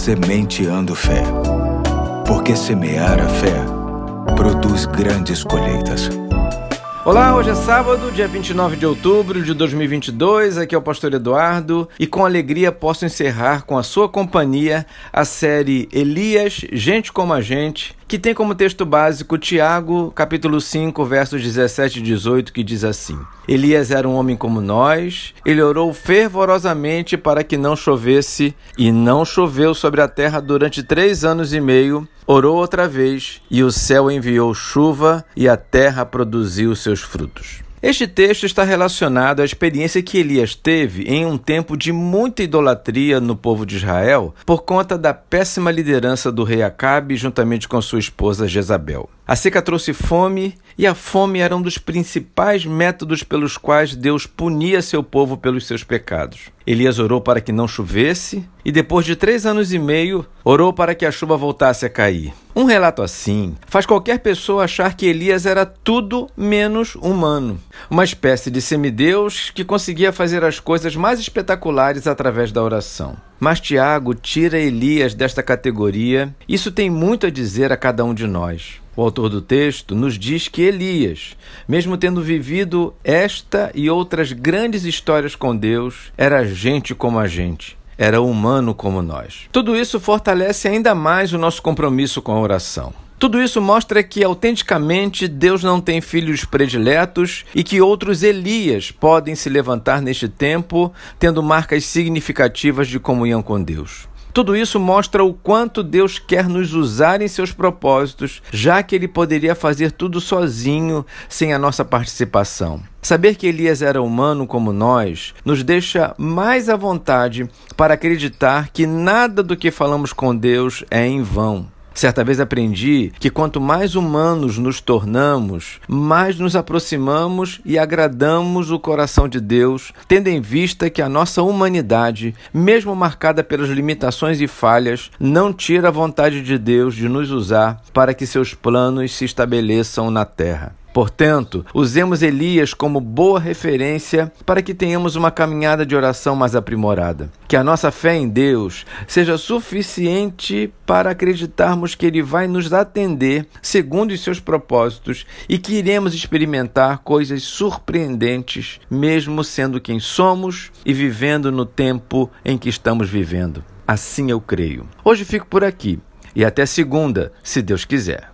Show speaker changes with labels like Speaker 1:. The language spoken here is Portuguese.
Speaker 1: Sementeando Fé. Porque semear a fé produz grandes colheitas.
Speaker 2: Olá, hoje é sábado, dia 29 de outubro de 2022, aqui é o Pastor Eduardo e com alegria posso encerrar com a sua companhia a série Elias, Gente como a Gente, que tem como texto básico Tiago, capítulo 5, versos 17 e 18, que diz assim: Elias era um homem como nós, ele orou fervorosamente para que não chovesse, e não choveu sobre a terra durante 3 anos e meio. Orou outra vez, e o céu enviou chuva, e a terra produziu seus frutos. Este texto está relacionado à experiência que Elias teve em um tempo de muita idolatria no povo de Israel por conta da péssima liderança do rei Acabe juntamente com sua esposa Jezabel. A seca trouxe fome, e a fome era um dos principais métodos pelos quais Deus punia seu povo pelos seus pecados. Elias orou para que não chovesse, e depois de 3 anos e meio, orou para que a chuva voltasse a cair. Um relato assim faz qualquer pessoa achar que Elias era tudo menos humano. Uma espécie de semideus que conseguia fazer as coisas mais espetaculares através da oração. Mas Tiago tira Elias desta categoria. Isso tem muito a dizer a cada um de nós. O autor do texto nos diz que Elias, mesmo tendo vivido esta e outras grandes histórias com Deus, era gente como a gente. Era humano como nós. Tudo isso fortalece ainda mais o nosso compromisso com a oração. Tudo isso mostra que, autenticamente, Deus não tem filhos prediletos e que outros Elias podem se levantar neste tempo, tendo marcas significativas de comunhão com Deus. Tudo isso mostra o quanto Deus quer nos usar em seus propósitos, já que Ele poderia fazer tudo sozinho, sem a nossa participação. Saber que Elias era humano como nós, nos deixa mais à vontade para acreditar que nada do que falamos com Deus é em vão. Certa vez aprendi que quanto mais humanos nos tornamos, mais nos aproximamos e agradamos o coração de Deus, tendo em vista que a nossa humanidade, mesmo marcada pelas limitações e falhas, não tira a vontade de Deus de nos usar para que seus planos se estabeleçam na terra. Portanto, usemos Elias como boa referência para que tenhamos uma caminhada de oração mais aprimorada. Que a nossa fé em Deus seja suficiente para acreditarmos que Ele vai nos atender segundo os seus propósitos e que iremos experimentar coisas surpreendentes, mesmo sendo quem somos e vivendo no tempo em que estamos vivendo. Assim eu creio. Hoje fico por aqui e até segunda, se Deus quiser.